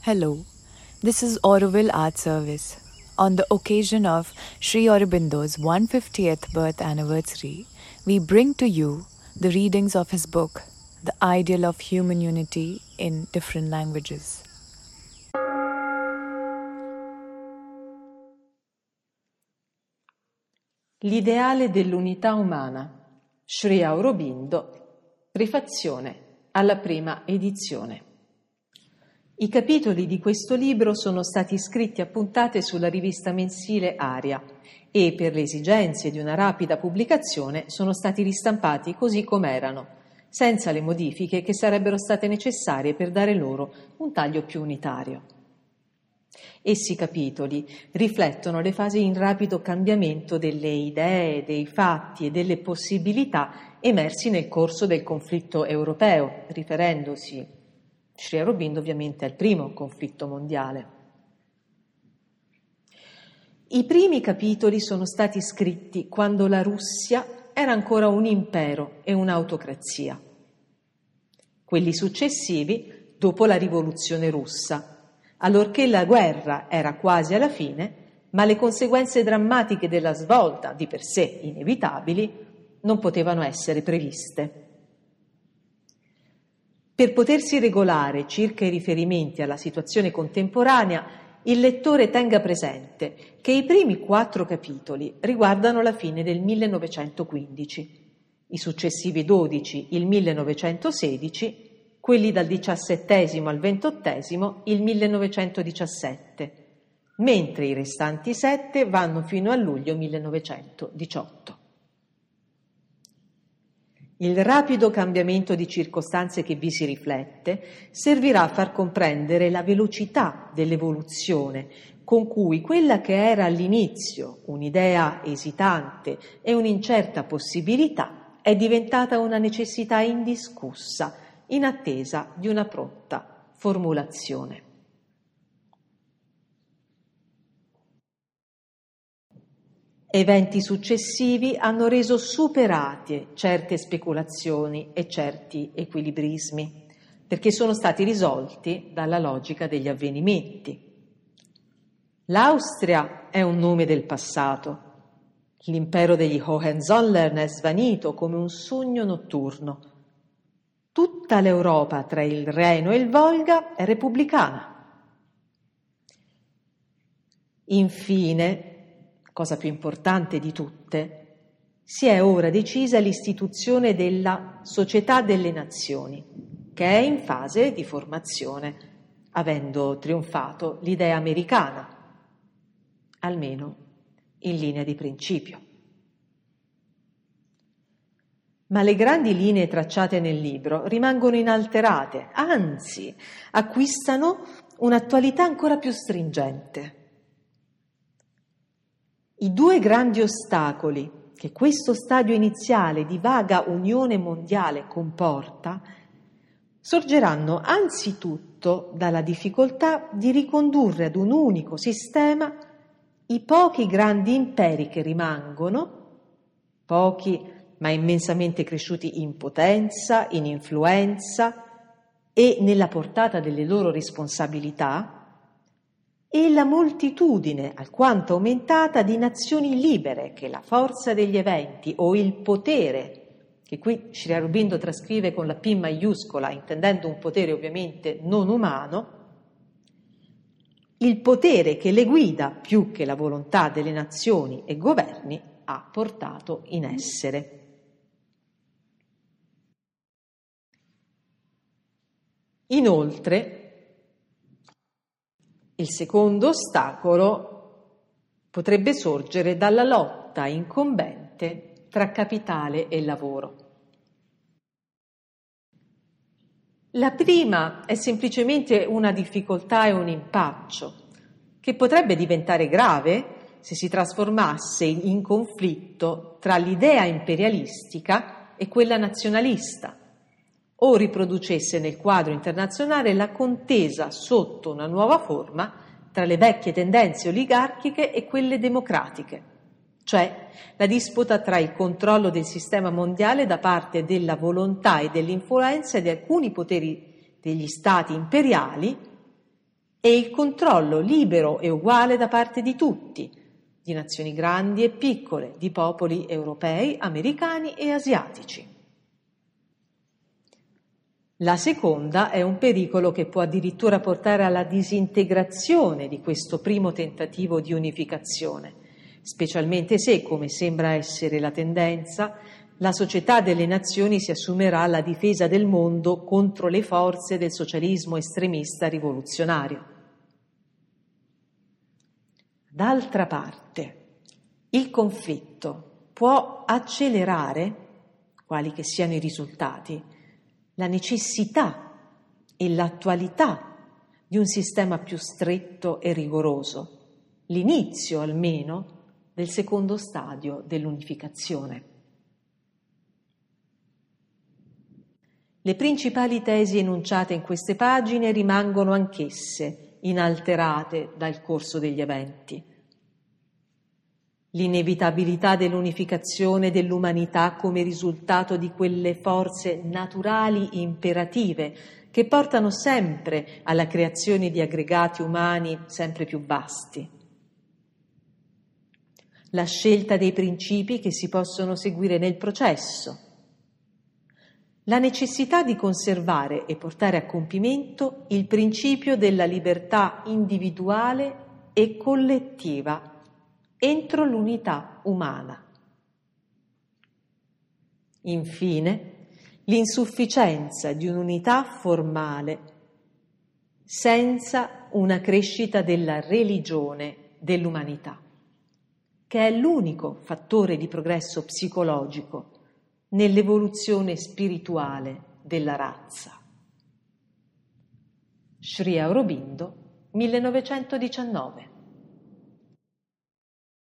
Hello, this is Auroville Art Service. On the occasion of Sri Aurobindo's 150th birth anniversary, we bring to you the readings of his book, The Ideal of Human Unity in Different Languages. L'ideale dell'unità umana, Sri Aurobindo, prefazione alla prima edizione. I capitoli di questo libro sono stati scritti a puntate sulla rivista mensile Aria e, per le esigenze di una rapida pubblicazione, sono stati ristampati così com'erano, senza le modifiche che sarebbero state necessarie per dare loro un taglio più unitario. Essi capitoli riflettono le fasi in rapido cambiamento delle idee, dei fatti e delle possibilità emersi nel corso del conflitto europeo, riferendosi Sri Aurobindo ovviamente al primo conflitto mondiale. I primi capitoli sono stati scritti quando la Russia era ancora un impero e un'autocrazia. Quelli successivi dopo la rivoluzione russa, allorché la guerra era quasi alla fine, ma le conseguenze drammatiche della svolta, di per sé inevitabili, non potevano essere previste. Per potersi regolare circa i riferimenti alla situazione contemporanea, il lettore tenga presente che i primi 4 capitoli riguardano la fine del 1915, i successivi 12 il 1916, quelli dal 17° al 28° il 1917, mentre i restanti 7 vanno fino a luglio 1918. Il rapido cambiamento di circostanze che vi si riflette servirà a far comprendere la velocità dell'evoluzione con cui quella che era all'inizio un'idea esitante e un'incerta possibilità è diventata una necessità indiscussa in attesa di una pronta formulazione. Eventi successivi hanno reso superate certe speculazioni e certi equilibrismi, perché sono stati risolti dalla logica degli avvenimenti. L'Austria è un nome del passato. L'impero degli Hohenzollern è svanito come un sogno notturno. Tutta l'Europa tra il Reno e il Volga è repubblicana. Infine, cosa più importante di tutte, si è ora decisa l'istituzione della Società delle Nazioni, che è in fase di formazione, avendo trionfato l'idea americana, almeno in linea di principio. Ma le grandi linee tracciate nel libro rimangono inalterate, anzi, acquistano un'attualità ancora più stringente. I 2 grandi ostacoli che questo stadio iniziale di vaga unione mondiale comporta sorgeranno anzitutto dalla difficoltà di ricondurre ad un unico sistema i pochi grandi imperi che rimangono, pochi ma immensamente cresciuti in potenza, in influenza e nella portata delle loro responsabilità, e la moltitudine alquanto aumentata di nazioni libere che la forza degli eventi o il potere, che qui Sri Aurobindo trascrive con la P maiuscola, intendendo un potere ovviamente non umano, il potere che le guida più che la volontà delle nazioni e governi ha portato in essere. Inoltre, il secondo ostacolo potrebbe sorgere dalla lotta incombente tra capitale e lavoro. La prima è semplicemente una difficoltà e un impaccio che potrebbe diventare grave se si trasformasse in conflitto tra l'idea imperialistica e quella nazionalista, o riproducesse nel quadro internazionale la contesa sotto una nuova forma tra le vecchie tendenze oligarchiche e quelle democratiche, cioè la disputa tra il controllo del sistema mondiale da parte della volontà e dell'influenza di alcuni poteri degli stati imperiali e il controllo libero e uguale da parte di tutti, di nazioni grandi e piccole, di popoli europei, americani e asiatici. La seconda è un pericolo che può addirittura portare alla disintegrazione di questo primo tentativo di unificazione, specialmente se, come sembra essere la tendenza, la società delle nazioni si assumerà la difesa del mondo contro le forze del socialismo estremista rivoluzionario. D'altra parte, il conflitto può accelerare, quali che siano i risultati, la necessità e l'attualità di un sistema più stretto e rigoroso, l'inizio almeno del secondo stadio dell'unificazione. Le principali tesi enunciate in queste pagine rimangono anch'esse inalterate dal corso degli eventi. L'inevitabilità dell'unificazione dell'umanità come risultato di quelle forze naturali imperative che portano sempre alla creazione di aggregati umani sempre più vasti. La scelta dei principi che si possono seguire nel processo. La necessità di conservare e portare a compimento il principio della libertà individuale e collettiva entro l'unità umana. Infine, l'insufficienza di un'unità formale senza una crescita della religione dell'umanità, che è l'unico fattore di progresso psicologico nell'evoluzione spirituale della razza. Sri Aurobindo, 1919.